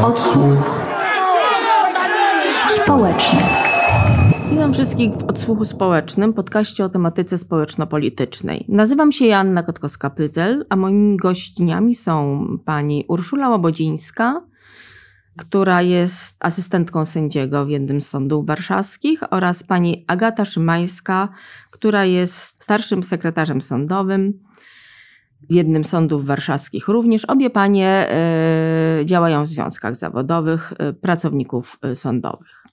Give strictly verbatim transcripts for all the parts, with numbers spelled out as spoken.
Odsłuch społeczny. Witam wszystkich w Odsłuchu Społecznym, podcaście o tematyce społeczno-politycznej. Nazywam się Joanna Kotkowska-Pyzel, a moimi gościniami są pani Urszula Łobodzińska, która jest asystentką sędziego w jednym z sądów warszawskich, oraz pani Agata Szymańska, która jest starszym sekretarzem sądowym w jednym z sądów warszawskich również. Obie panie y, działają w związkach zawodowych y, pracowników y, sądowych.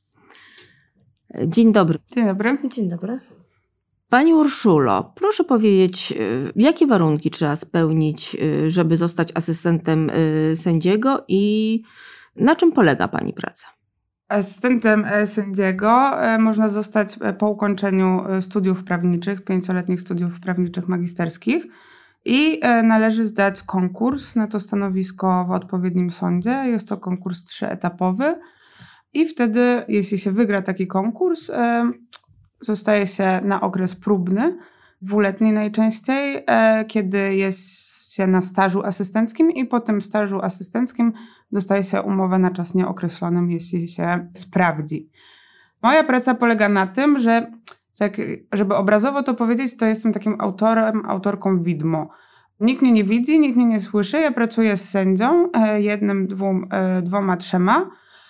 Dzień dobry. Dzień dobry. Dzień dobry. Pani Urszulo, proszę powiedzieć, jakie warunki trzeba spełnić, żeby zostać asystentem sędziego i na czym polega pani praca? Asystentem sędziego można zostać po ukończeniu studiów prawniczych, pięcioletnich studiów prawniczych magisterskich i należy zdać konkurs na to stanowisko w odpowiednim sądzie. Jest to konkurs trzyetapowy i wtedy, jeśli się wygra taki konkurs, zostaje się na okres próbny, dwuletni najczęściej, kiedy jest się na stażu asystenckim i po tym stażu asystenckim dostaje się umowę na czas nieokreślony, jeśli się sprawdzi. Moja praca polega na tym, że tak, żeby obrazowo to powiedzieć, to jestem takim autorem, autorką widmo. Nikt mnie nie widzi, nikt mnie nie słyszy, ja pracuję z sędzią, jednym, dwóm, dwoma, trzema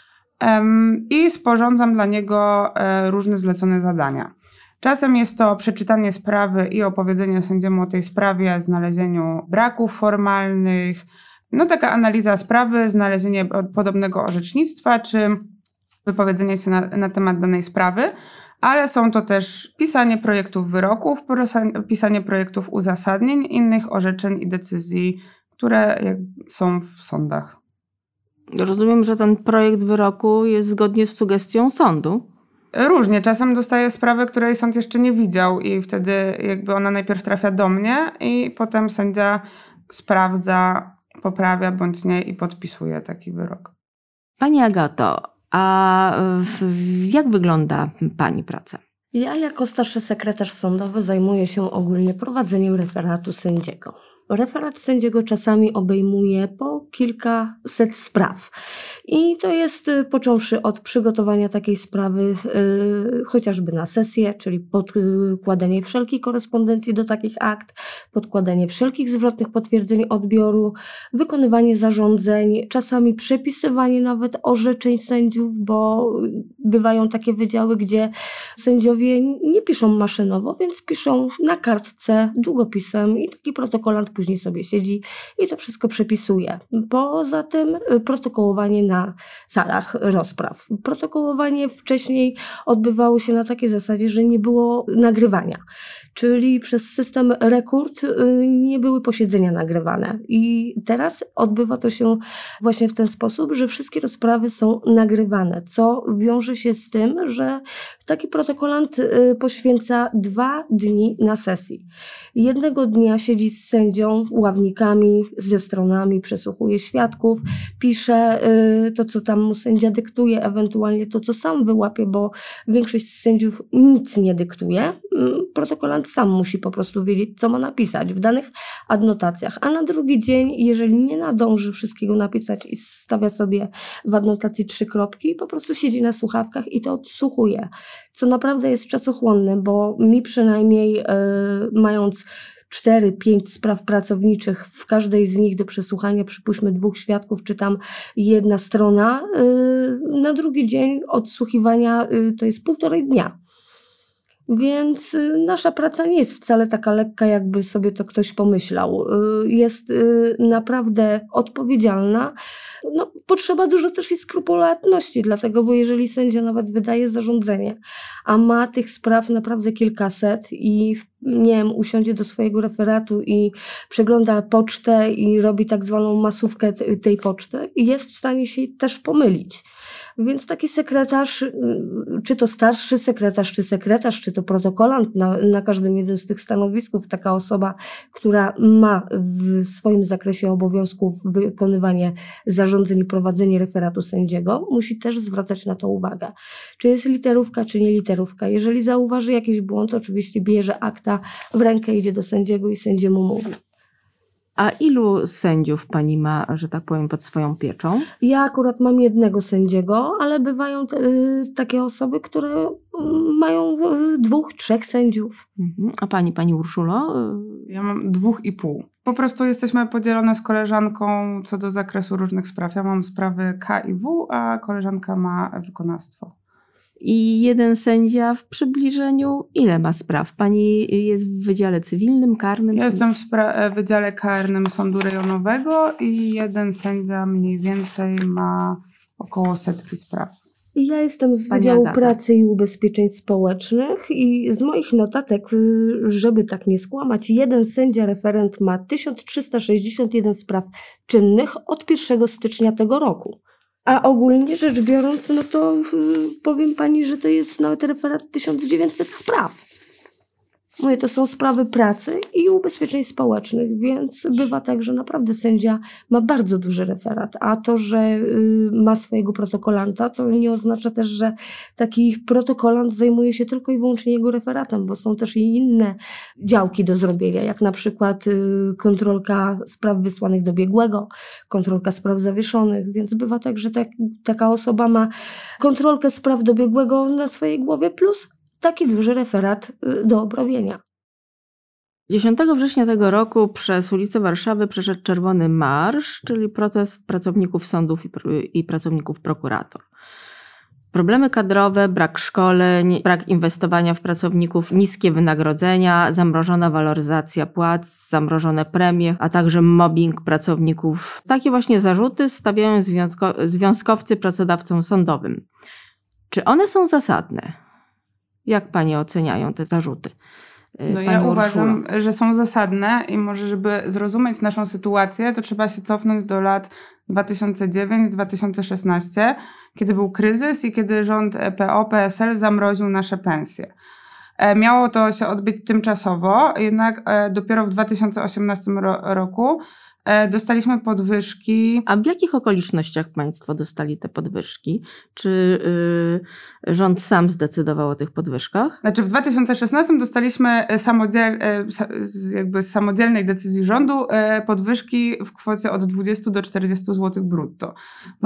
i sporządzam dla niego różne zlecone zadania. Czasem jest to przeczytanie sprawy i opowiedzenie sędziemu o tej sprawie, znalezieniu braków formalnych, no taka analiza sprawy, znalezienie podobnego orzecznictwa, czy wypowiedzenie się na, na temat danej sprawy, ale są to też pisanie projektów wyroków, pisanie projektów uzasadnień, innych orzeczeń i decyzji, które są w sądach. Rozumiem, że ten projekt wyroku jest zgodnie z sugestią sądu. Różnie. Czasem dostaję sprawę, której sąd jeszcze nie widział i wtedy jakby ona najpierw trafia do mnie i potem sędzia sprawdza, poprawia bądź nie i podpisuje taki wyrok. Pani Agato, a jak wygląda pani praca? Ja jako starszy sekretarz sądowy zajmuję się ogólnie prowadzeniem referatu sędziego. Referat sędziego czasami obejmuje po kilkaset spraw. I to jest począwszy od przygotowania takiej sprawy yy, chociażby na sesję, czyli podkładanie wszelkiej korespondencji do takich akt, podkładanie wszelkich zwrotnych potwierdzeń odbioru, wykonywanie zarządzeń, czasami przepisywanie nawet orzeczeń sędziów, bo bywają takie wydziały, gdzie sędziowie nie piszą maszynowo, więc piszą na kartce długopisem i taki protokolant później sobie siedzi i to wszystko przepisuje. Poza tym protokołowanie na salach rozpraw. Protokołowanie wcześniej odbywało się na takiej zasadzie, że nie było nagrywania. Czyli przez system rekord nie były posiedzenia nagrywane. I teraz odbywa to się właśnie w ten sposób, że wszystkie rozprawy są nagrywane, co wiąże się z tym, że taki protokolant poświęca dwa dni na sesji. Jednego dnia siedzi z sędzią, ławnikami, ze stronami, przesłuchuje świadków, pisze to, co tam mu sędzia dyktuje, ewentualnie to, co sam wyłapie, bo większość z sędziów nic nie dyktuje. Protokolant sam musi po prostu wiedzieć, co ma napisać w danych adnotacjach, a na drugi dzień, jeżeli nie nadąży wszystkiego napisać i stawia sobie w adnotacji trzy kropki, po prostu siedzi na słuchawkach i to odsłuchuje, co naprawdę jest czasochłonne, bo mi przynajmniej yy, mając cztery, pięć spraw pracowniczych, w każdej z nich do przesłuchania przypuśćmy dwóch świadków, czy tam jedna strona, yy, na drugi dzień odsłuchiwania yy, to jest półtorej dnia. Więc nasza praca nie jest wcale taka lekka, jakby sobie to ktoś pomyślał. Jest naprawdę odpowiedzialna. No, potrzeba dużo też i skrupulatności, dlatego, bo jeżeli sędzia nawet wydaje zarządzenie, a ma tych spraw naprawdę kilkaset i nie wiem, usiądzie do swojego referatu i przegląda pocztę i robi tak zwaną masówkę tej poczty, jest w stanie się też pomylić. Więc taki sekretarz, czy to starszy sekretarz, czy sekretarz, czy to protokolant na, na każdym jednym z tych stanowisków, taka osoba, która ma w swoim zakresie obowiązków wykonywanie zarządzeń i prowadzenie referatu sędziego, musi też zwracać na to uwagę. Czy jest literówka, czy nie literówka. Jeżeli zauważy jakiś błąd, oczywiście bierze akta w rękę, idzie do sędziego i sędziemu mówi. A ilu sędziów pani ma, że tak powiem, pod swoją pieczą? Ja akurat mam jednego sędziego, ale bywają te, y, takie osoby, które y, mają y, dwóch, trzech sędziów. Mhm. A pani, pani Urszulo? Ja mam dwóch i pół. Po prostu jesteśmy podzielone z koleżanką co do zakresu różnych spraw. Ja mam sprawy K i W, a koleżanka ma wykonawstwo. I jeden sędzia w przybliżeniu, ile ma spraw? Pani jest w Wydziale Cywilnym, Karnym? Ja jestem w spra- Wydziale Karnym Sądu Rejonowego i jeden sędzia mniej więcej ma około setki spraw. Ja jestem z Pani Wydziału Agata. Pracy i Ubezpieczeń Społecznych i z moich notatek, y, żeby tak nie skłamać, jeden sędzia referent ma tysiąc trzysta sześćdziesiąt jeden spraw czynnych od pierwszego stycznia tego roku. A ogólnie rzecz biorąc, no to y, powiem pani, że to jest nawet referat tysiąc dziewięćset spraw. Mówię, to są sprawy pracy i ubezpieczeń społecznych, więc bywa tak, że naprawdę sędzia ma bardzo duży referat, a to, że y, ma swojego protokolanta, to nie oznacza też, że taki protokolant zajmuje się tylko i wyłącznie jego referatem, bo są też i inne działki do zrobienia, jak na przykład y, kontrolka spraw wysłanych do biegłego, kontrolka spraw zawieszonych, więc bywa tak, że tak, taka osoba ma kontrolkę spraw do biegłego na swojej głowie plus taki duży referat do obrobienia. dziesiątego września tego roku przez ulicę Warszawy przeszedł Czerwony Marsz, czyli protest pracowników sądów i, pr- i pracowników prokuratur. Problemy kadrowe, brak szkoleń, brak inwestowania w pracowników, niskie wynagrodzenia, zamrożona waloryzacja płac, zamrożone premie, a także mobbing pracowników. Takie właśnie zarzuty stawiają związko- związkowcy pracodawcom sądowym. Czy one są zasadne? Jak panie oceniają te zarzuty? No Pani ja Urszulo. uważam, że są zasadne i może, żeby zrozumieć naszą sytuację, to trzeba się cofnąć do lat dwa tysiące dziewiąty do dwa tysiące szesnastego, kiedy był kryzys i kiedy rząd P O P S L zamroził nasze pensje. Miało to się odbyć tymczasowo, jednak dopiero w dwa tysiące osiemnastym ro- roku dostaliśmy podwyżki. A w jakich okolicznościach państwo dostali te podwyżki? Czy y, rząd sam zdecydował o tych podwyżkach? Znaczy w dwa tysiące szesnastym dostaliśmy samodziel, jakby z samodzielnej decyzji rządu podwyżki w kwocie od dwudziestu do czterdziestu złotych brutto. W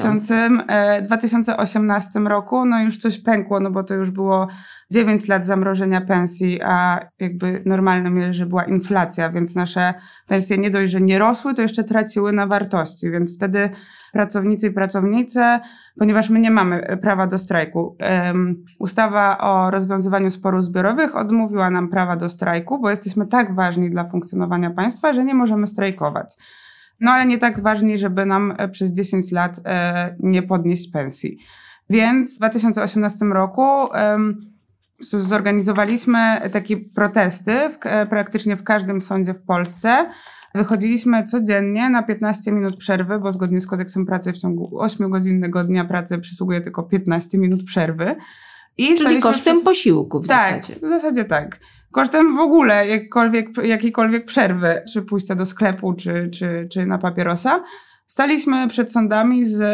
dwa tysiące osiemnastym roku no już coś pękło, no bo to już było dziewięć lat zamrożenia pensji, a jakby normalnym jest, że była inflacja, więc nasze pensje nie dość, że nie rosły, to jeszcze traciły na wartości, więc wtedy pracownicy i pracownice, ponieważ my nie mamy prawa do strajku, um, ustawa o rozwiązywaniu sporów zbiorowych odmówiła nam prawa do strajku, bo jesteśmy tak ważni dla funkcjonowania państwa, że nie możemy strajkować. No ale nie tak ważni, żeby nam przez dziesięć lat e, nie podnieść pensji. Więc w dwa tysiące osiemnastym roku um, zorganizowaliśmy takie protesty w, praktycznie w każdym sądzie w Polsce. Wychodziliśmy codziennie na piętnaście minut przerwy, bo zgodnie z kodeksem pracy w ciągu ośmiogodzinnego dnia pracy przysługuje tylko piętnaście minut przerwy. I Czyli kosztem przez... posiłku w tak, zasadzie. w zasadzie tak. Kosztem w ogóle jakkolwiek, jakiejkolwiek przerwy, czy pójścia do sklepu, czy, czy, czy na papierosa. Staliśmy przed sądami z,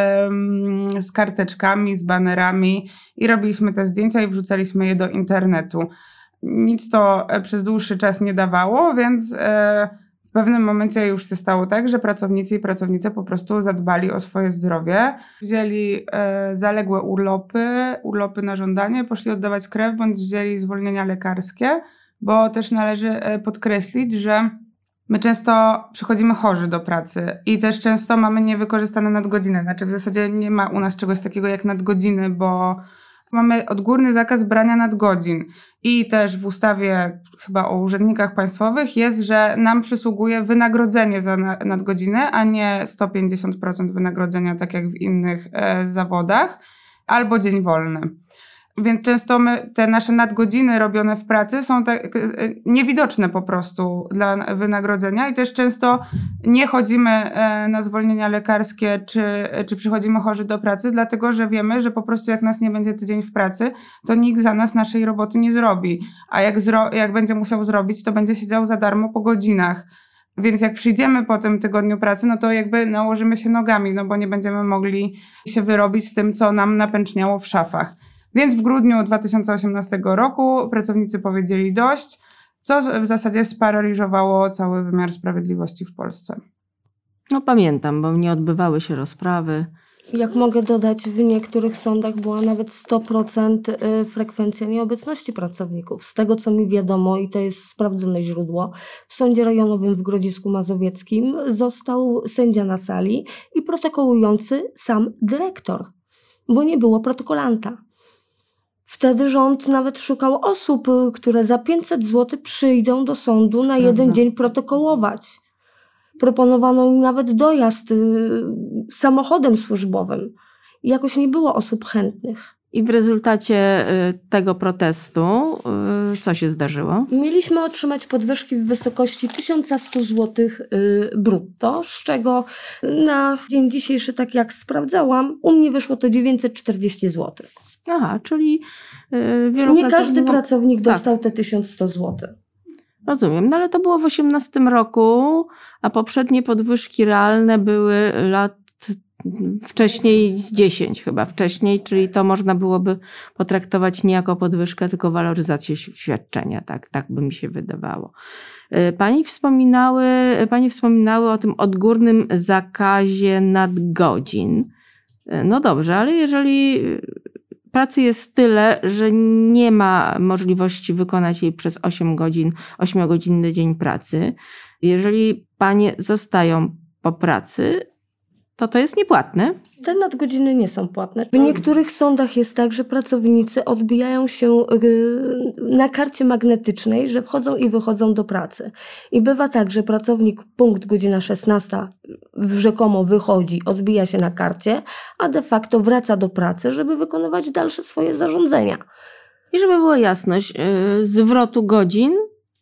um, z karteczkami, z banerami i robiliśmy te zdjęcia i wrzucaliśmy je do internetu. Nic to przez dłuższy czas nie dawało, więc e, w pewnym momencie już się stało tak, że pracownicy i pracownice po prostu zadbali o swoje zdrowie. Wzięli e, zaległe urlopy, urlopy na żądanie, poszli oddawać krew bądź wzięli zwolnienia lekarskie, bo też należy podkreślić, że my często przychodzimy chorzy do pracy i też często mamy niewykorzystane nadgodziny. Znaczy w zasadzie nie ma u nas czegoś takiego jak nadgodziny, bo mamy odgórny zakaz brania nadgodzin. I też w ustawie chyba o urzędnikach państwowych jest, że nam przysługuje wynagrodzenie za nadgodziny, a nie sto pięćdziesiąt procent wynagrodzenia, tak jak w innych e, zawodach, albo dzień wolny. Więc często my, te nasze nadgodziny robione w pracy są tak niewidoczne po prostu dla wynagrodzenia i też często nie chodzimy na zwolnienia lekarskie, czy, czy przychodzimy chorzy do pracy, dlatego że wiemy, że po prostu jak nas nie będzie tydzień w pracy, to nikt za nas naszej roboty nie zrobi. A jak, zro, jak będzie musiał zrobić, to będzie siedział za darmo po godzinach. Więc jak przyjdziemy po tym tygodniu pracy, no to jakby nałożymy się nogami, no bo nie będziemy mogli się wyrobić z tym, co nam napęczniało w szafach. Więc w grudniu dwa tysiące osiemnastego roku pracownicy powiedzieli dość co w zasadzie sparaliżowało cały wymiar sprawiedliwości w Polsce. No pamiętam, bo nie odbywały się rozprawy. Jak mogę dodać, w niektórych sądach była nawet sto procent frekwencja nieobecności pracowników. Z tego, co mi wiadomo, i to jest sprawdzone źródło, w Sądzie Rejonowym w Grodzisku Mazowieckim został sędzia na sali i protokołujący sam dyrektor, bo nie było protokolanta. Wtedy rząd nawet szukał osób, które za pięćset złotych przyjdą do sądu na jeden Prawda. dzień protokołować. Proponowano im nawet dojazd y, samochodem służbowym. I jakoś nie było osób chętnych. I w rezultacie y, tego protestu y, co się zdarzyło? Mieliśmy otrzymać podwyżki w wysokości tysiąc sto złotych y, brutto, z czego na dzień dzisiejszy, tak jak sprawdzałam, u mnie wyszło to dziewięćset czterdzieści złotych. Aha, czyli y, wielu Nie każdy pracowników... pracownik Tak. dostał te tysiąc sto złotych. Rozumiem, no ale to było w osiemnastym roku, a poprzednie podwyżki realne były lat wcześniej dziesięć chyba wcześniej, czyli to można byłoby potraktować nie jako podwyżkę, tylko waloryzację świadczenia, tak, tak by mi się wydawało. Pani wspominały, Pani wspominały o tym odgórnym zakazie nadgodzin. No dobrze, ale jeżeli pracy jest tyle, że nie ma możliwości wykonać jej przez osiem godzin, ośmiogodzinny dzień pracy. Jeżeli panie zostają po pracy, to to jest niepłatne. Te nadgodziny nie są płatne. W niektórych sądach jest tak, że pracownicy odbijają się na karcie magnetycznej, że wchodzą i wychodzą do pracy. I bywa tak, że pracownik punkt godzina szesnasta rzekomo wychodzi, odbija się na karcie, a de facto wraca do pracy, żeby wykonywać dalsze swoje zarządzenia. I żeby była jasność, yy, zwrotu godzin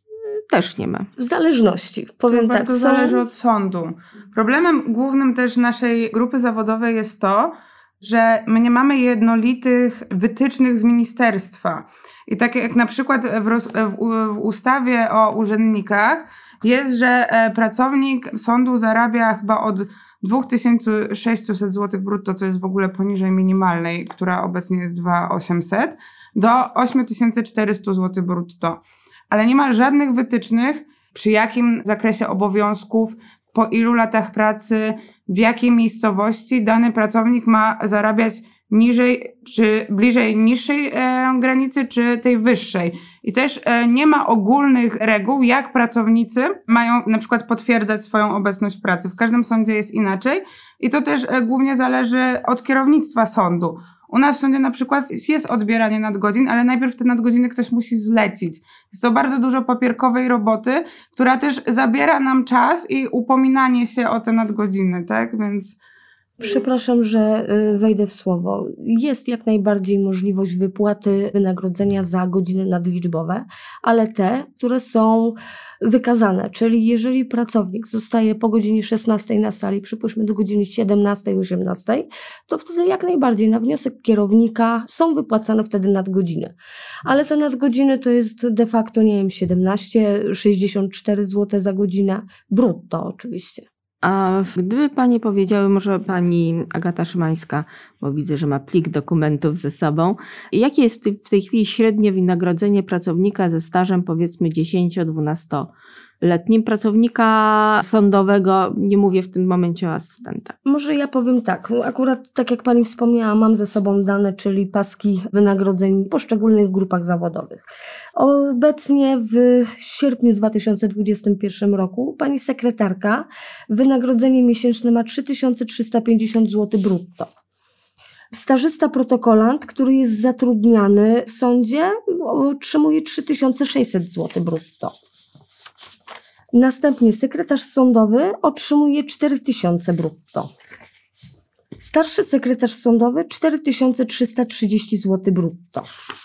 też nie ma. W zależności. Powiem to tak. To są... zależy od sądu. Problemem głównym też naszej grupy zawodowej jest to, że my nie mamy jednolitych wytycznych z ministerstwa. I tak jak na przykład w, roz, w, w ustawie o urzędnikach jest, że pracownik sądu zarabia chyba od dwa tysiące sześćset złotych brutto, co jest w ogóle poniżej minimalnej, która obecnie jest dwa tysiące osiemset, do osiem tysięcy czterysta złotych brutto. Ale nie ma żadnych wytycznych, przy jakim zakresie obowiązków, po ilu latach pracy, w jakiej miejscowości dany pracownik ma zarabiać niżej, czy bliżej niższej e, granicy, czy tej wyższej. I też e, nie ma ogólnych reguł, jak pracownicy mają na przykład potwierdzać swoją obecność w pracy. W każdym sądzie jest inaczej i to też e, głównie zależy od kierownictwa sądu. U nas w sądzie na przykład jest odbieranie nadgodzin, ale najpierw te nadgodziny ktoś musi zlecić. Jest to bardzo dużo papierkowej roboty, która też zabiera nam czas i upominanie się o te nadgodziny, tak? Więc... Przepraszam, że wejdę w słowo. Jest jak najbardziej możliwość wypłaty wynagrodzenia za godziny nadliczbowe, ale te, które są wykazane, czyli jeżeli pracownik zostaje po godzinie szesnastej na sali, przypuśćmy do godziny siedemnastej, osiemnastej, to wtedy jak najbardziej na wniosek kierownika są wypłacane wtedy nadgodziny. Ale te nadgodziny to jest de facto, nie wiem, siedemnaście, sześćdziesiąt cztery złote za godzinę, brutto oczywiście. A gdyby panie powiedziały, może pani Agata Szymańska, bo widzę, że ma plik dokumentów ze sobą, jakie jest w tej chwili średnie wynagrodzenie pracownika ze stażem powiedzmy dziesięcio-dwunastoletnim, pracownika sądowego, nie mówię w tym momencie o asystentach. Może ja powiem tak, akurat tak jak pani wspomniała, mam ze sobą dane, czyli paski wynagrodzeń w poszczególnych grupach zawodowych. Obecnie w sierpniu dwa tysiące dwudziestym pierwszym roku pani sekretarka wynagrodzenie miesięczne ma trzy tysiące trzysta pięćdziesiąt złotych brutto. Stażysta protokolant, który jest zatrudniany w sądzie, otrzymuje trzy tysiące sześćset złotych brutto. Następnie sekretarz sądowy otrzymuje cztery tysiące brutto. Starszy sekretarz sądowy cztery tysiące trzysta trzydzieści złotych brutto.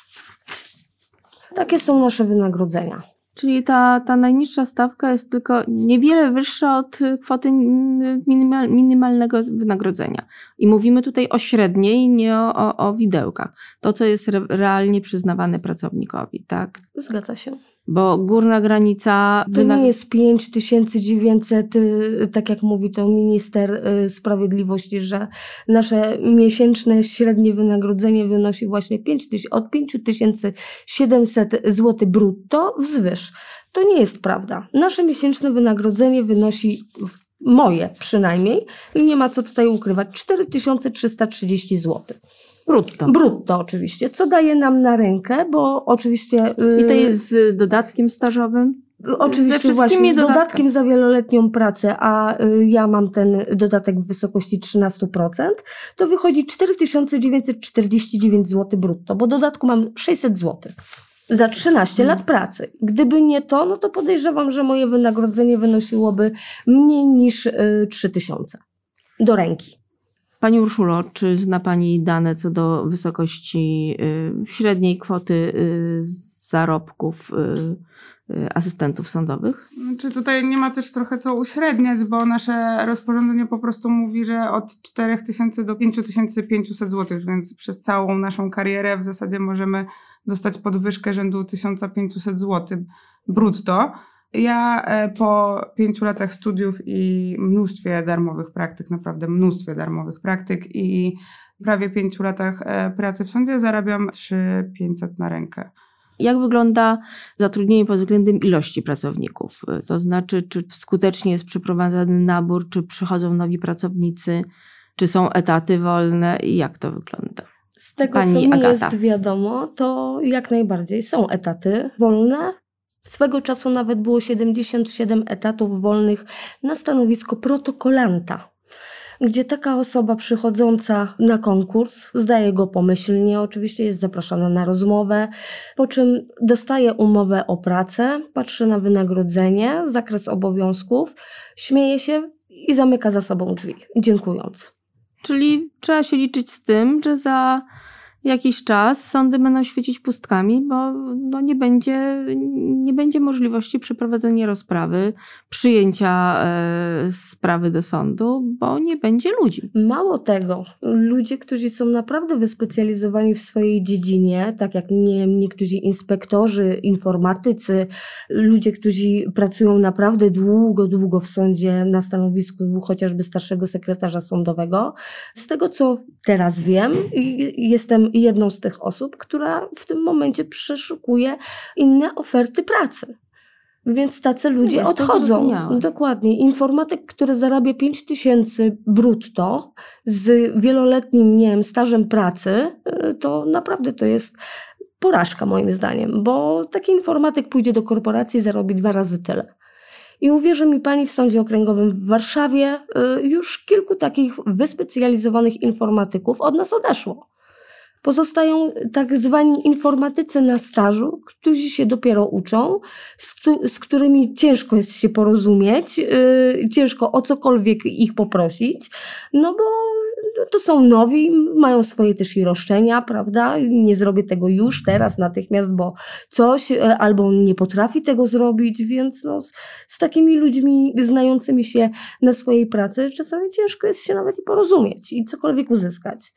Takie są nasze wynagrodzenia. Czyli ta, ta najniższa stawka jest tylko niewiele wyższa od kwoty minimal, minimalnego wynagrodzenia. I mówimy tutaj o średniej, nie o, o, o widełkach. To, co jest re, realnie przyznawane pracownikowi, tak? Zgadza się. Bo górna granica... To wynag- nie jest pięć tysięcy dziewięćset, tak jak mówi to minister sprawiedliwości, że nasze miesięczne średnie wynagrodzenie wynosi właśnie pięć tysięcy, od pięć tysięcy siedemset złotych brutto wzwyż. To nie jest prawda. Nasze miesięczne wynagrodzenie wynosi, moje przynajmniej, i nie ma co tutaj ukrywać, cztery tysiące trzysta trzydzieści złotych. Brutto. Brutto oczywiście, co daje nam na rękę, bo oczywiście... I to jest z dodatkiem stażowym? Oczywiście właśnie z dodatkiem za wieloletnią pracę, a y, ja mam ten dodatek w wysokości trzynaście procent, to wychodzi cztery tysiące dziewięćset czterdzieści dziewięć złotych brutto, bo dodatku mam sześćset złotych za trzynaście hmm. lat pracy. Gdyby nie to, no to podejrzewam, że moje wynagrodzenie wynosiłoby mniej niż y, trzy tysiące do ręki. Pani Urszulo, czy zna Pani dane co do wysokości y, średniej kwoty y, zarobków y, y, asystentów sądowych? Znaczy tutaj nie ma też trochę co uśredniać, bo nasze rozporządzenie po prostu mówi, że od cztery tysiące do pięć tysięcy pięćset złotych, więc przez całą naszą karierę w zasadzie możemy dostać podwyżkę rzędu tysiąc pięćset złotych brutto. Ja po pięciu latach studiów i mnóstwie darmowych praktyk, naprawdę mnóstwie darmowych praktyk i prawie pięciu latach pracy w sądzie zarabiam trzy tysiące pięćset na rękę. Jak wygląda zatrudnienie pod względem ilości pracowników? To znaczy, czy skutecznie jest przeprowadzany nabór, czy przychodzą nowi pracownicy, czy są etaty wolne i jak to wygląda? Z tego, Pani co mi Agata. jest wiadomo, to jak najbardziej są etaty wolne. Swego czasu nawet było siedemdziesiąt siedem etatów wolnych na stanowisko protokolanta, gdzie taka osoba przychodząca na konkurs zdaje go pomyślnie, oczywiście jest zapraszana na rozmowę, po czym dostaje umowę o pracę, patrzy na wynagrodzenie, zakres obowiązków, śmieje się i zamyka za sobą drzwi, dziękując. Czyli trzeba się liczyć z tym, że za jakiś czas sądy będą świecić pustkami, bo no nie będzie, nie będzie możliwości przeprowadzenia rozprawy, przyjęcia e, sprawy do sądu, bo nie będzie ludzi. Mało tego, ludzie, którzy są naprawdę wyspecjalizowani w swojej dziedzinie, tak jak nie wiem, niektórzy inspektorzy, informatycy, ludzie, którzy pracują naprawdę długo, długo w sądzie na stanowisku chociażby starszego sekretarza sądowego. Z tego, co teraz wiem, jestem jedną z tych osób, która w tym momencie przeszukuje inne oferty pracy. Więc tacy ludzie Jest odchodzą. Dokładnie. Informatyk, który zarabia pięć tysięcy brutto z wieloletnim, nie wiem, stażem pracy, to naprawdę to jest porażka moim zdaniem, bo taki informatyk pójdzie do korporacji i zarobi dwa razy tyle. I uwierzy mi pani, w Sądzie Okręgowym w Warszawie już kilku takich wyspecjalizowanych informatyków od nas odeszło. Pozostają tak zwani informatycy na stażu, którzy się dopiero uczą, z, z którymi ciężko jest się porozumieć, yy, ciężko o cokolwiek ich poprosić, no bo to są nowi, mają swoje też i roszczenia, prawda? Nie zrobię tego już, teraz, natychmiast, bo coś, albo on nie potrafi tego zrobić, więc no, z, z takimi ludźmi znającymi się na swojej pracy czasami ciężko jest się nawet i porozumieć i cokolwiek uzyskać.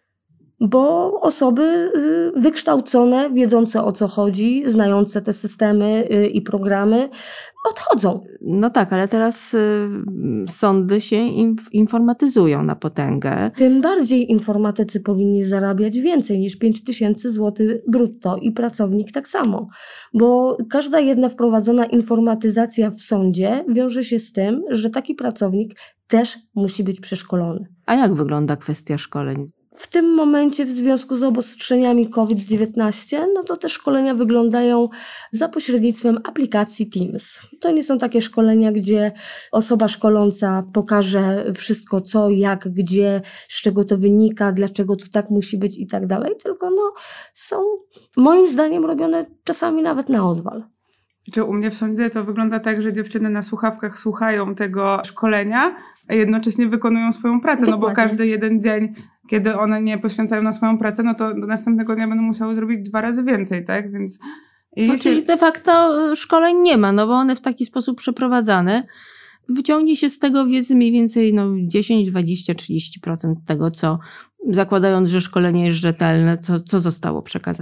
Bo osoby wykształcone, wiedzące o co chodzi, znające te systemy i programy, odchodzą. No tak, ale teraz y, sądy się informatyzują na potęgę. Tym bardziej informatycy powinni zarabiać więcej niż pięć tysięcy złotych brutto i pracownik tak samo. Bo każda jedna wprowadzona informatyzacja w sądzie wiąże się z tym, że taki pracownik też musi być przeszkolony. A jak wygląda kwestia szkoleń? W tym momencie w związku z obostrzeniami kowid dziewiętnaście, no to te szkolenia wyglądają za pośrednictwem aplikacji Teams. To nie są takie szkolenia, gdzie osoba szkoląca pokaże wszystko co, jak, gdzie, z czego to wynika, dlaczego to tak musi być i tak dalej, tylko no są moim zdaniem robione czasami nawet na odwal. Czy u mnie w sądzie to wygląda tak, że dziewczyny na słuchawkach słuchają tego szkolenia, a jednocześnie wykonują swoją pracę, Dokładnie. No bo każdy jeden dzień, kiedy one nie poświęcają na swoją pracę, no to do następnego dnia będą musiały zrobić dwa razy więcej, tak? Więc No, się... czyli de facto szkoleń nie ma, no bo one w taki sposób przeprowadzane wyciągnie się z tego wiedzy mniej więcej no, dziesięć, dwadzieścia, trzydzieści procent tego, co zakładając, że szkolenie jest rzetelne, co, co zostało przekazane.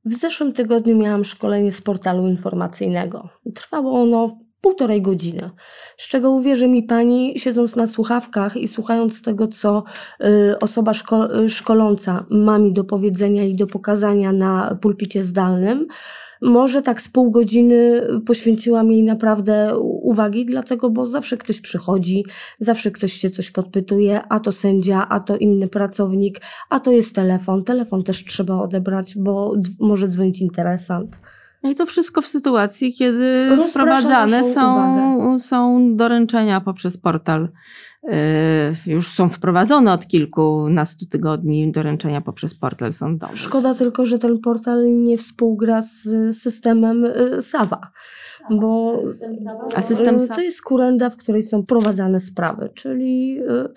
W zeszłym tygodniu miałam szkolenie z portalu informacyjnego. Trwało ono półtorej godziny, z czego uwierzy mi pani, siedząc na słuchawkach i słuchając tego, co y, osoba szko- szkoląca ma mi do powiedzenia i do pokazania na pulpicie zdalnym, może tak z pół godziny poświęciłam jej naprawdę uwagi, dlatego, bo zawsze ktoś przychodzi, zawsze ktoś się coś podpytuje, a to sędzia, a to inny pracownik, a to jest telefon. Telefon też trzeba odebrać, bo d- może dzwonić interesant. No i to wszystko w sytuacji, kiedy Rozprasza wprowadzane naszą są, uwagę. są doręczenia poprzez portal. Yy, już są wprowadzone od kilkunastu tygodni doręczenia poprzez portal sądowy. Szkoda tylko, że ten portal nie współgra z systemem y, Sawa, bo A system y, Sawa? to jest kurenda, w której są prowadzane sprawy, czyli y,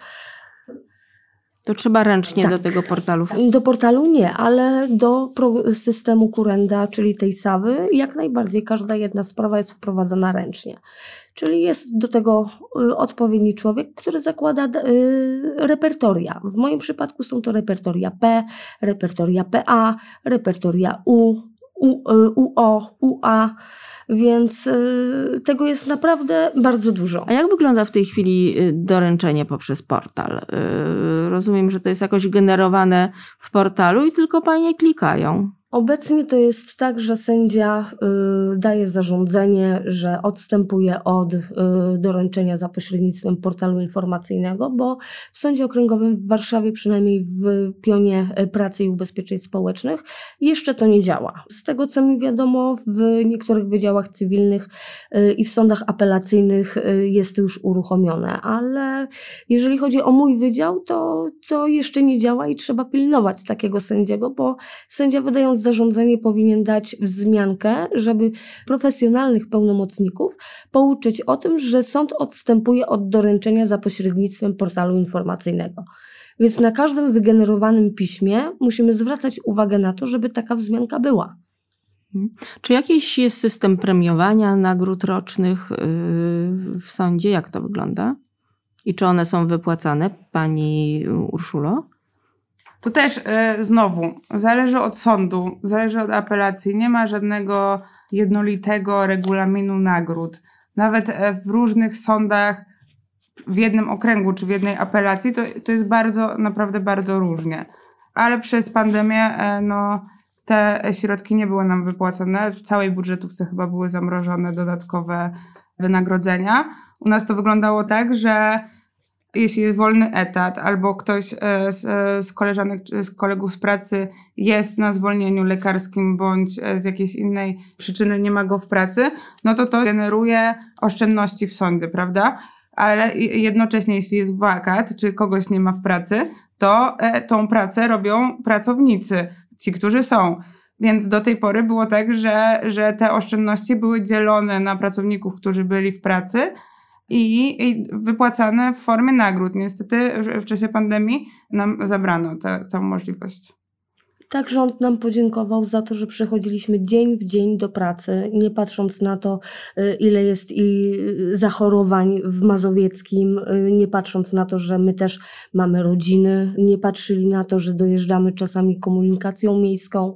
To trzeba ręcznie Tak. do tego portalu. do portalu nie, ale do pro- systemu kurenda, czyli tej Sawy, jak najbardziej każda jedna sprawa jest wprowadzana ręcznie. Czyli jest do tego y, odpowiedni człowiek, który zakłada y, repertoria. W moim przypadku są to repertoria P, repertoria P A, repertoria U, U, y, U O, U A, więc y, tego jest naprawdę bardzo dużo. A jak wygląda w tej chwili y, doręczenie poprzez portal? Yy, Rozumiem, że to jest jakoś generowane w portalu i tylko panie klikają. Obecnie to jest tak, że sędzia y, daje zarządzenie, że odstępuje od y, doręczenia za pośrednictwem portalu informacyjnego, bo w Sądzie Okręgowym w Warszawie, przynajmniej w pionie y, pracy i ubezpieczeń społecznych, jeszcze to nie działa. Z tego, co mi wiadomo, w niektórych wydziałach cywilnych y, i w sądach apelacyjnych y, jest to już uruchomione, ale jeżeli chodzi o mój wydział, to, to jeszcze nie działa i trzeba pilnować takiego sędziego, bo sędzia, wydając zarządzenie, powinien dać wzmiankę, żeby profesjonalnych pełnomocników pouczyć o tym, że sąd odstępuje od doręczenia za pośrednictwem portalu informacyjnego. Więc na każdym wygenerowanym piśmie musimy zwracać uwagę na to, żeby taka wzmianka była. Czy jakiś jest system premiowania nagród rocznych yy, w sądzie? Jak to wygląda? I czy one są wypłacane, pani Urszulo? To też y, znowu zależy od sądu, zależy od apelacji. Nie ma żadnego jednolitego regulaminu nagród. Nawet y, w różnych sądach, w jednym okręgu czy w jednej apelacji, to, to jest bardzo, naprawdę bardzo różnie. Ale przez pandemię y, no, te środki nie były nam wypłacone. W całej budżetówce chyba były zamrożone dodatkowe wynagrodzenia. U nas to wyglądało tak, że jeśli jest wolny etat albo ktoś z, z koleżanek czy z kolegów z pracy jest na zwolnieniu lekarskim bądź z jakiejś innej przyczyny nie ma go w pracy, no to to generuje oszczędności w sądzie, prawda? Ale jednocześnie jeśli jest wakat, czy kogoś nie ma w pracy, to tą pracę robią pracownicy, ci, którzy są. Więc do tej pory było tak, że, że te oszczędności były dzielone na pracowników, którzy byli w pracy, I, i wypłacane w formie nagród. Niestety w, w czasie pandemii nam zabrano tę tę możliwość. Tak, rząd nam podziękował za to, że przychodziliśmy dzień w dzień do pracy, nie patrząc na to, ile jest i zachorowań w Mazowieckim, nie patrząc na to, że my też mamy rodziny, nie patrzyli na to, że dojeżdżamy czasami komunikacją miejską.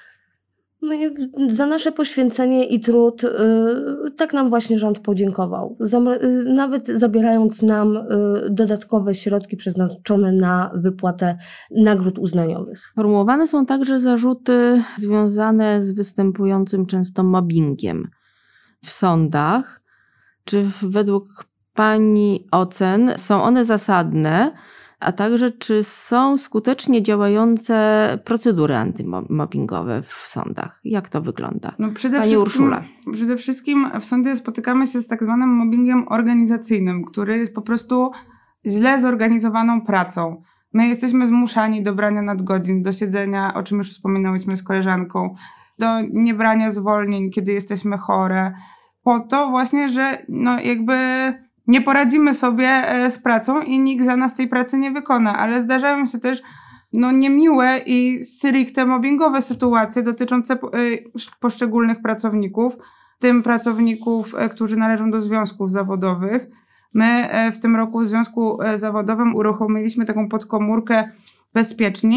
No i za nasze poświęcenie i trud yy, tak nam właśnie rząd podziękował. Zamra- yy, nawet zabierając nam yy, dodatkowe środki przeznaczone na wypłatę nagród uznaniowych. Formułowane są także zarzuty związane z występującym często mobbingiem w sądach. Czy według pani ocen są one zasadne, a także czy są skutecznie działające procedury antymobbingowe w sądach? Jak to wygląda? No przede Pani Urszula. Przede wszystkim w sądzie spotykamy się z tak zwanym mobbingiem organizacyjnym, który jest po prostu źle zorganizowaną pracą. My jesteśmy zmuszani do brania nadgodzin, do siedzenia, o czym już wspominałyśmy z koleżanką, do niebrania zwolnień, kiedy jesteśmy chore, po to właśnie, że no jakby nie poradzimy sobie z pracą i nikt za nas tej pracy nie wykona, ale zdarzają się też no, niemiłe i stricte mobbingowe sytuacje dotyczące poszczególnych pracowników, w tym pracowników, którzy należą do związków zawodowych. My w tym roku w Związku Zawodowym uruchomiliśmy taką podkomórkę Bezpieczni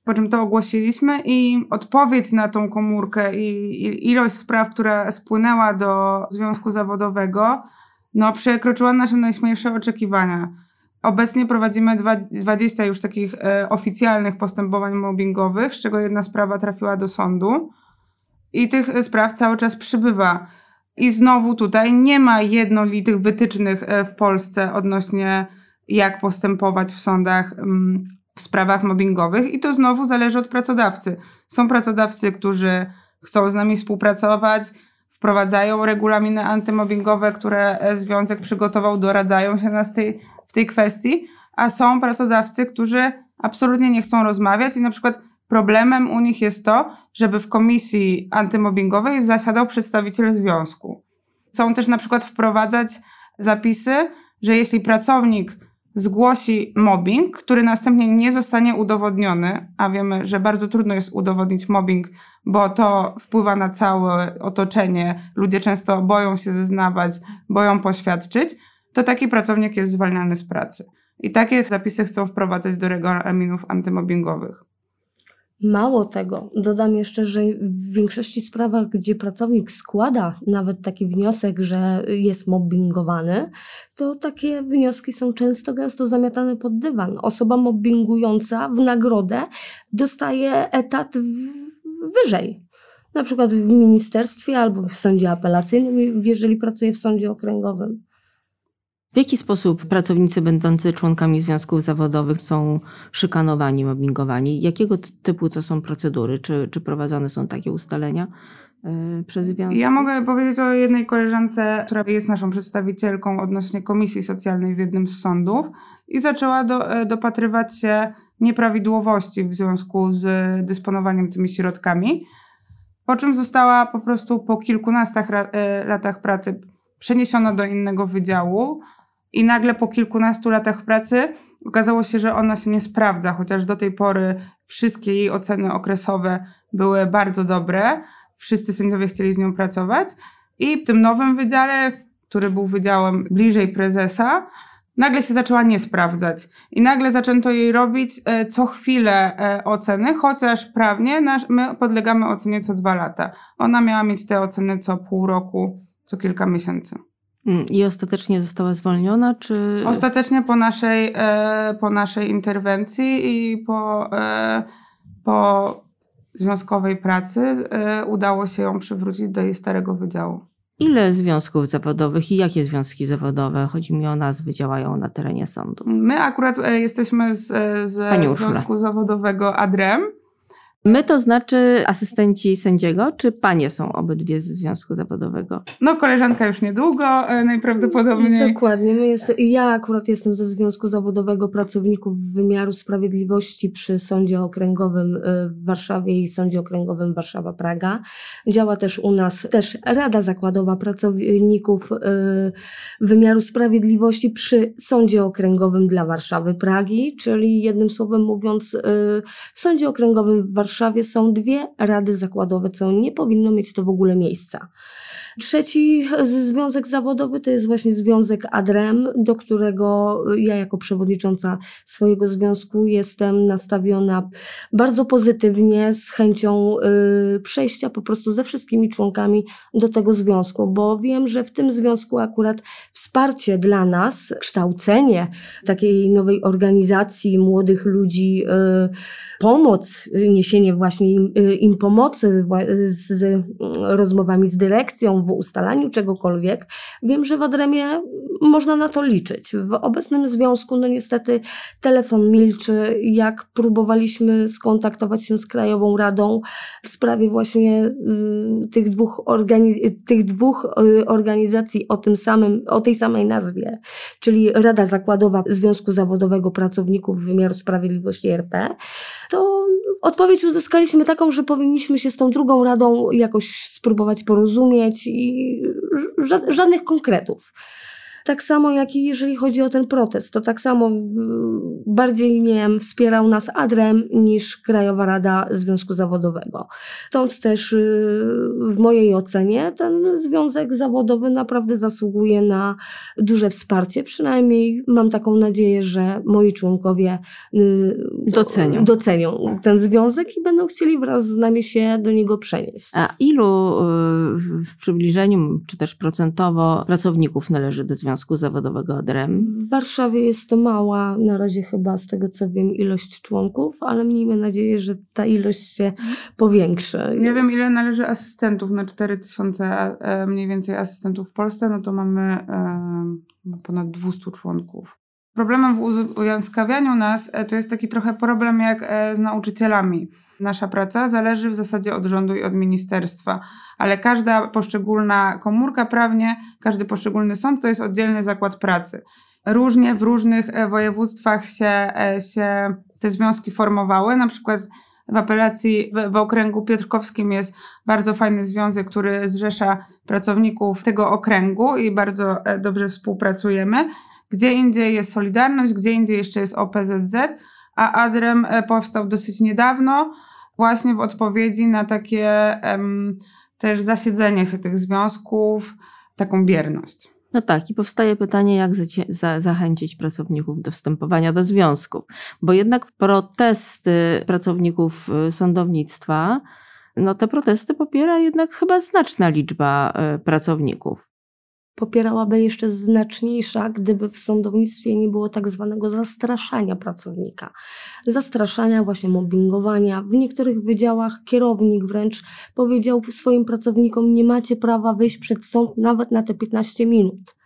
po czym to ogłosiliśmy i odpowiedź na tą komórkę i, i ilość spraw, która spłynęła do związku zawodowego, no przekroczyła nasze najśmielsze oczekiwania. Obecnie prowadzimy dwadzieścia już takich e, oficjalnych postępowań mobbingowych, z czego jedna sprawa trafiła do sądu i tych spraw cały czas przybywa. I znowu tutaj nie ma jednolitych wytycznych e, w Polsce odnośnie jak postępować w sądach m, w sprawach mobbingowych i to znowu zależy od pracodawcy. Są pracodawcy, którzy chcą z nami współpracować, wprowadzają regulaminy antymobbingowe, które związek przygotował, doradzają się nas tej, w tej kwestii, a są pracodawcy, którzy absolutnie nie chcą rozmawiać i na przykład problemem u nich jest to, żeby w komisji antymobbingowej zasiadał przedstawiciel związku. Chcą też na przykład wprowadzać zapisy, że jeśli pracownik zgłosi mobbing, który następnie nie zostanie udowodniony, a wiemy, że bardzo trudno jest udowodnić mobbing, bo to wpływa na całe otoczenie, ludzie często boją się zeznawać, boją poświadczyć, to taki pracownik jest zwalniany z pracy. I takie zapisy chcą wprowadzać do regulaminów antymobbingowych. Mało tego, dodam jeszcze, że w większości sprawach, gdzie pracownik składa nawet taki wniosek, że jest mobbingowany, to takie wnioski są często gęsto zamiatane pod dywan. Osoba mobbingująca w nagrodę dostaje etat wyżej. Na przykład w ministerstwie albo w sądzie apelacyjnym, jeżeli pracuje w sądzie okręgowym. W jaki sposób pracownicy będący członkami związków zawodowych są szykanowani, mobbingowani? Jakiego typu to są procedury? Czy, czy prowadzone są takie ustalenia yy, przez związki? Ja mogę powiedzieć o jednej koleżance, która jest naszą przedstawicielką odnośnie komisji socjalnej w jednym z sądów i zaczęła do, dopatrywać się nieprawidłowości w związku z dysponowaniem tymi środkami, po czym została po prostu po kilkunastu latach pracy przeniesiona do innego wydziału. I nagle po kilkunastu latach pracy okazało się, że ona się nie sprawdza, chociaż do tej pory wszystkie jej oceny okresowe były bardzo dobre. Wszyscy sędziowie chcieli z nią pracować. I w tym nowym wydziale, który był wydziałem bliżej prezesa, nagle się zaczęła nie sprawdzać. I nagle zaczęto jej robić e, co chwilę e, oceny, chociaż prawnie nasz, my podlegamy ocenie co dwa lata. Ona miała mieć te oceny co pół roku, co kilka miesięcy. I ostatecznie została zwolniona, czy... Ostatecznie po naszej, e, po naszej interwencji i po, e, po związkowej pracy e, udało się ją przywrócić do jej starego wydziału. Ile związków zawodowych i jakie związki zawodowe, chodzi mi o nazwy, działają na terenie sądu? My akurat e, jesteśmy z, z Związku Zawodowego ADREM. My to znaczy asystenci sędziego, czy panie są obydwie ze związku zawodowego? No koleżanka już niedługo, e, najprawdopodobniej. Dokładnie. My jest, ja akurat jestem ze Związku Zawodowego Pracowników Wymiaru Sprawiedliwości przy Sądzie Okręgowym w Warszawie i Sądzie Okręgowym Warszawa-Praga. Działa też u nas też Rada Zakładowa Pracowników Wymiaru Sprawiedliwości przy Sądzie Okręgowym dla Warszawy-Pragi, czyli jednym słowem mówiąc w Sądzie Okręgowym w Warszawie W Warszawie są dwie rady zakładowe, co nie powinno mieć to w ogóle miejsca. Trzeci związek zawodowy to jest właśnie związek ADREM, do którego ja jako przewodnicząca swojego związku jestem nastawiona bardzo pozytywnie, z chęcią y, przejścia po prostu ze wszystkimi członkami do tego związku, bo wiem, że w tym związku akurat wsparcie dla nas, kształcenie takiej nowej organizacji młodych ludzi, y, pomoc, niesienie właśnie im, y, im pomocy z, z rozmowami z dyrekcją, w ustalaniu czegokolwiek, wiem, że w ADREMie można na to liczyć. W obecnym związku, no niestety telefon milczy. Jak próbowaliśmy skontaktować się z Krajową Radą w sprawie właśnie y, tych dwóch, organiz- tych dwóch y, organizacji o tym samym, o tej samej nazwie, czyli Rada Zakładowa Związku Zawodowego Pracowników Wymiaru Sprawiedliwości R P, to odpowiedź uzyskaliśmy taką, że powinniśmy się z tą drugą radą jakoś spróbować porozumieć i ża- żadnych konkretów. Tak samo jak i jeżeli chodzi o ten protest, to tak samo bardziej nie wiem, wspierał nas ADREM niż Krajowa Rada Związku Zawodowego. Stąd też w mojej ocenie ten związek zawodowy naprawdę zasługuje na duże wsparcie. Przynajmniej mam taką nadzieję, że moi członkowie docenią. docenią ten związek i będą chcieli wraz z nami się do niego przenieść. A ilu w przybliżeniu, czy też procentowo pracowników należy do Związku Zawodowego O D R E M? W Warszawie jest to mała, na razie chyba z tego co wiem, ilość członków, ale miejmy nadzieję, że ta ilość się powiększy. Nie wiem, ile należy asystentów na cztery tysiące mniej więcej asystentów w Polsce, no to mamy e, ponad dwieście członków. Problemem w ująskawianiu nas to jest taki trochę problem jak z nauczycielami. Nasza praca zależy w zasadzie od rządu i od ministerstwa, ale każda poszczególna komórka prawnie, każdy poszczególny sąd to jest oddzielny zakład pracy. Różnie w różnych województwach się, się te związki formowały, na przykład w apelacji w, w okręgu piotrkowskim jest bardzo fajny związek, który zrzesza pracowników tego okręgu i bardzo dobrze współpracujemy. Gdzie indziej jest Solidarność, gdzie indziej jeszcze jest O P Z Z, a A D R E M powstał dosyć niedawno właśnie w odpowiedzi na takie um, też zasiedzenie się tych związków, taką bierność. No tak, i powstaje pytanie, jak zacie- za- zachęcić pracowników do wstępowania do związków, bo jednak protesty pracowników sądownictwa, no te protesty popiera jednak chyba znaczna liczba y, pracowników. Popierałaby jeszcze znaczniejsza, gdyby w sądownictwie nie było tak zwanego zastraszania pracownika. Zastraszania, właśnie mobbingowania. W niektórych wydziałach kierownik wręcz powiedział swoim pracownikom: nie macie prawa wyjść przed sąd nawet na te piętnaście minut.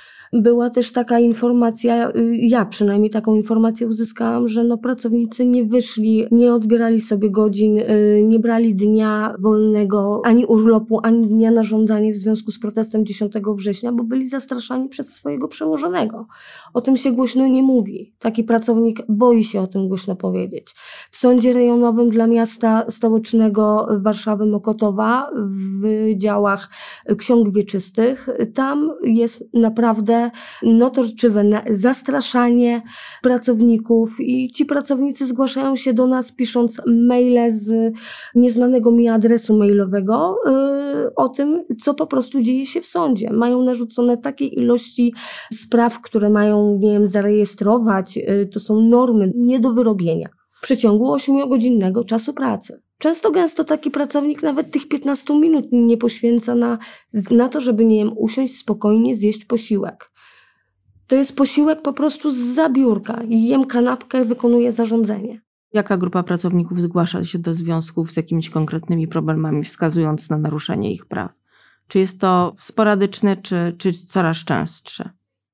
Była też taka informacja, ja przynajmniej taką informację uzyskałam, że no pracownicy nie wyszli, nie odbierali sobie godzin, nie brali dnia wolnego, ani urlopu, ani dnia na żądanie w związku z protestem dziesiątego września, bo byli zastraszani przez swojego przełożonego. O tym się głośno nie mówi. Taki pracownik boi się o tym głośno powiedzieć. W sądzie rejonowym dla miasta stołecznego Warszawy Mokotowa w wydziałach ksiąg wieczystych, tam jest naprawdę notorczywe zastraszanie pracowników i ci pracownicy zgłaszają się do nas, pisząc maile z nieznanego mi adresu mailowego yy, o tym, co po prostu dzieje się w sądzie. Mają narzucone takie ilości spraw, które mają, nie wiem, zarejestrować. Yy, to są normy nie do wyrobienia w przeciągu ośmiogodzinnego czasu pracy. Często gęsto taki pracownik nawet tych piętnastu minut nie poświęca na, na to, żeby, nie wiem, usiąść spokojnie, zjeść posiłek. To jest posiłek po prostu zza biurka. Jem kanapkę, wykonuję zarządzenie. Jaka grupa pracowników zgłasza się do związków z jakimiś konkretnymi problemami, wskazując na naruszenie ich praw? Czy jest to sporadyczne, czy, czy coraz częstsze?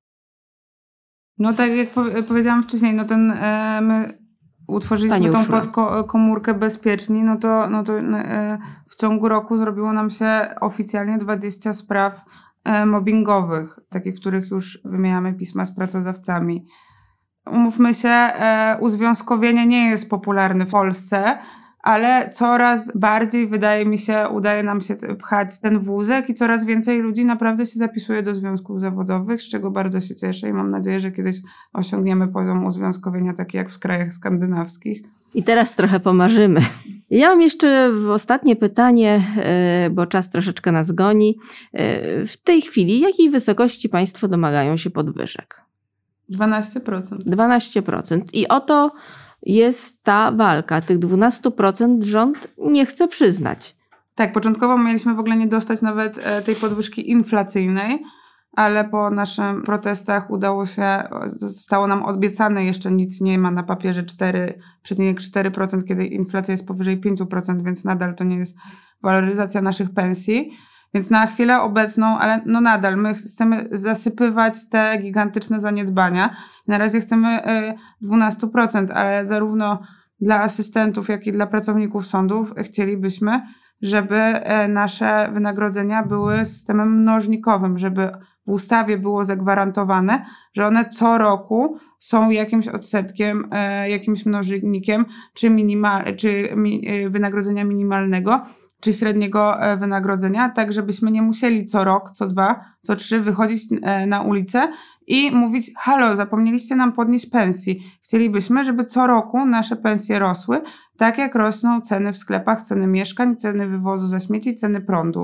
No tak jak powiedziałam wcześniej, no ten e, my utworzyliśmy tą podkomórkę bezpieczni, no to, no to e, w ciągu roku zrobiło nam się oficjalnie dwadzieścia spraw e, mobbingowych, takich, w których już wymieniamy pisma z pracodawcami. Umówmy się, e, uzwiązkowienie nie jest popularne w Polsce, ale coraz bardziej, wydaje mi się, udaje nam się pchać ten wózek i coraz więcej ludzi naprawdę się zapisuje do związków zawodowych, z czego bardzo się cieszę i mam nadzieję, że kiedyś osiągniemy poziom uzwiązkowienia taki jak w krajach skandynawskich. I teraz trochę pomarzymy. Ja mam jeszcze ostatnie pytanie, bo czas troszeczkę nas goni. W tej chwili jakiej wysokości państwo domagają się podwyżek? dwanaście procent. dwanaście procent. I oto jest ta walka. Tych dwanaście procent rząd nie chce przyznać. Tak, początkowo mieliśmy w ogóle nie dostać nawet tej podwyżki inflacyjnej, ale po naszych protestach udało się, zostało nam obiecane, jeszcze nic nie ma na papierze cztery przecinek cztery procent, kiedy inflacja jest powyżej pięć procent, więc nadal to nie jest waloryzacja naszych pensji. Więc na chwilę obecną, ale no nadal, my chcemy zasypywać te gigantyczne zaniedbania. Na razie chcemy dwanaście procent, ale zarówno dla asystentów, jak i dla pracowników sądów chcielibyśmy, żeby nasze wynagrodzenia były systemem mnożnikowym, żeby w ustawie było zagwarantowane, że one co roku są jakimś odsetkiem, jakimś mnożnikiem, czy, minimal, czy wynagrodzenia minimalnego, czy średniego wynagrodzenia, tak żebyśmy nie musieli co rok, co dwa, co trzy wychodzić na ulicę i mówić: halo, zapomnieliście nam podnieść pensji. Chcielibyśmy, żeby co roku nasze pensje rosły, tak jak rosną ceny w sklepach, ceny mieszkań, ceny wywozu za śmieci, ceny prądu.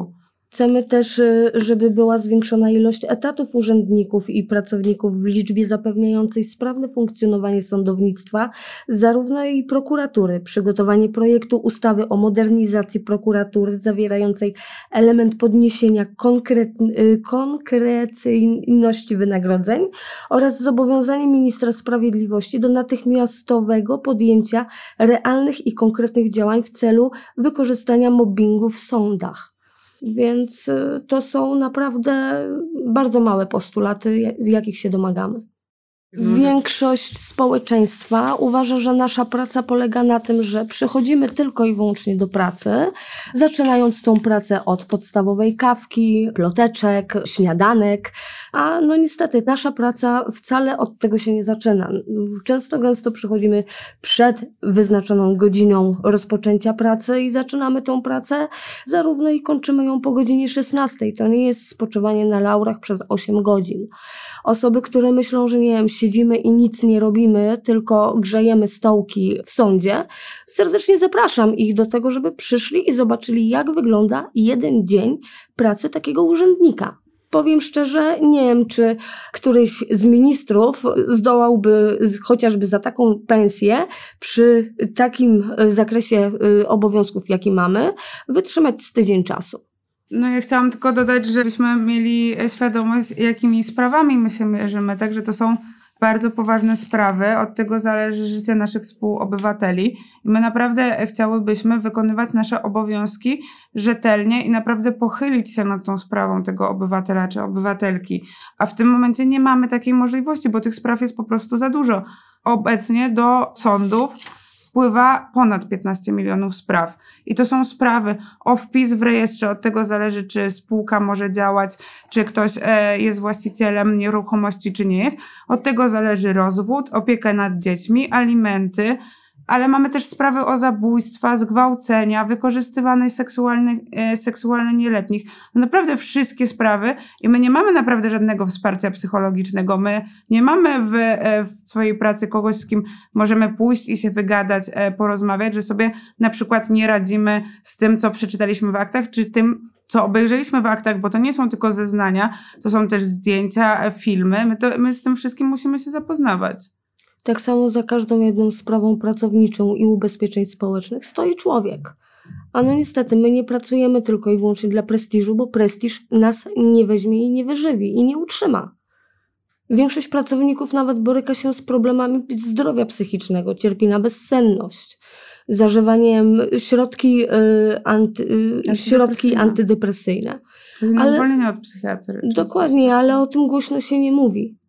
Chcemy też, żeby była zwiększona ilość etatów urzędników i pracowników w liczbie zapewniającej sprawne funkcjonowanie sądownictwa, zarówno i prokuratury. Przygotowanie projektu ustawy o modernizacji prokuratury zawierającej element podniesienia konkret, konkrecyjności wynagrodzeń oraz zobowiązanie ministra sprawiedliwości do natychmiastowego podjęcia realnych i konkretnych działań w celu wykorzystania mobbingu w sądach. Więc to są naprawdę bardzo małe postulaty, jakich się domagamy. Większość społeczeństwa uważa, że nasza praca polega na tym, że przychodzimy tylko i wyłącznie do pracy, zaczynając tą pracę od podstawowej kawki, ploteczek, śniadanek, a no niestety nasza praca wcale od tego się nie zaczyna. Często gęsto przychodzimy przed wyznaczoną godziną rozpoczęcia pracy i zaczynamy tą pracę zarówno i kończymy ją po godzinie szesnastej. To nie jest spoczywanie na laurach przez osiem godzin. Osoby, które myślą, że nie wiem, siedzimy i nic nie robimy, tylko grzejemy stołki w sądzie, serdecznie zapraszam ich do tego, żeby przyszli i zobaczyli, jak wygląda jeden dzień pracy takiego urzędnika. Powiem szczerze, nie wiem, czy któryś z ministrów zdołałby chociażby za taką pensję przy takim zakresie obowiązków, jaki mamy, wytrzymać z tydzień czasu. No ja chciałam tylko dodać, żebyśmy mieli świadomość, jakimi sprawami my się mierzymy, także to są bardzo poważne sprawy, od tego zależy życie naszych współobywateli i my naprawdę chciałybyśmy wykonywać nasze obowiązki rzetelnie i naprawdę pochylić się nad tą sprawą tego obywatela czy obywatelki, a w tym momencie nie mamy takiej możliwości, bo tych spraw jest po prostu za dużo. Obecnie do sądów wpływa ponad piętnaście milionów spraw. I to są sprawy o wpis w rejestrze, od tego zależy, czy spółka może działać, czy ktoś e, jest właścicielem nieruchomości, czy nie jest. Od tego zależy rozwód, opieka nad dziećmi, alimenty, ale mamy też sprawy o zabójstwa, zgwałcenia, wykorzystywanej seksualnie, e, seksualnie nieletnich. No naprawdę wszystkie sprawy i my nie mamy naprawdę żadnego wsparcia psychologicznego. My nie mamy w, e, w swojej pracy kogoś, z kim możemy pójść i się wygadać, e, porozmawiać, że sobie na przykład nie radzimy z tym, co przeczytaliśmy w aktach, czy tym, co obejrzeliśmy w aktach, bo to nie są tylko zeznania, to są też zdjęcia, filmy. My, to, my z tym wszystkim musimy się zapoznawać. Tak samo za każdą jedną sprawą pracowniczą i ubezpieczeń społecznych stoi człowiek. A no niestety my nie pracujemy tylko i wyłącznie dla prestiżu, bo prestiż nas nie weźmie i nie wyżywi i nie utrzyma. Większość pracowników nawet boryka się z problemami zdrowia psychicznego, cierpi na bezsenność, zażywaniem środki, yy, anty, yy, środki antydepresyjne. Ale zwolnienie od psychiatry. Dokładnie, ale o tym głośno się nie mówi.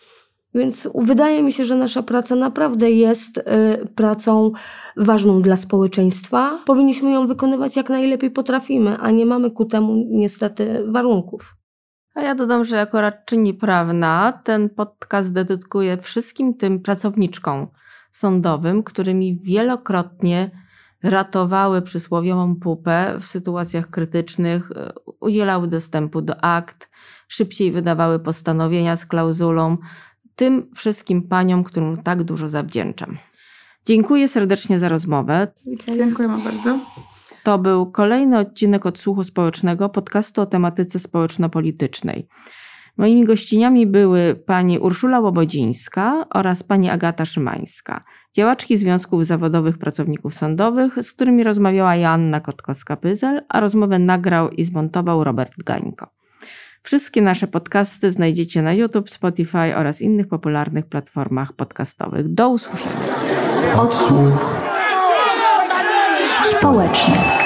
Więc wydaje mi się, że nasza praca naprawdę jest y, pracą ważną dla społeczeństwa. Powinniśmy ją wykonywać jak najlepiej potrafimy, a nie mamy ku temu niestety warunków. A ja dodam, że jako radczyni prawna ten podcast dedykuję wszystkim tym pracowniczkom sądowym, którymi wielokrotnie ratowały przysłowiową pupę w sytuacjach krytycznych, udzielały dostępu do akt, szybciej wydawały postanowienia z klauzulą. Tym wszystkim paniom, którym tak dużo zawdzięczam. Dziękuję serdecznie za rozmowę. Dziękujemy bardzo. To był kolejny odcinek Odsłuchu Społecznego, podcastu o tematyce społeczno-politycznej. Moimi gościniami były pani Urszula Łobodzińska oraz pani Agata Szymańska, działaczki Związków Zawodowych Pracowników Sądowych, z którymi rozmawiała Joanna Kotkowska-Pyzel, a rozmowę nagrał i zmontował Robert Gańko. Wszystkie nasze podcasty znajdziecie na YouTube, Spotify oraz innych popularnych platformach podcastowych. Do usłyszenia. Odsłuch społeczny.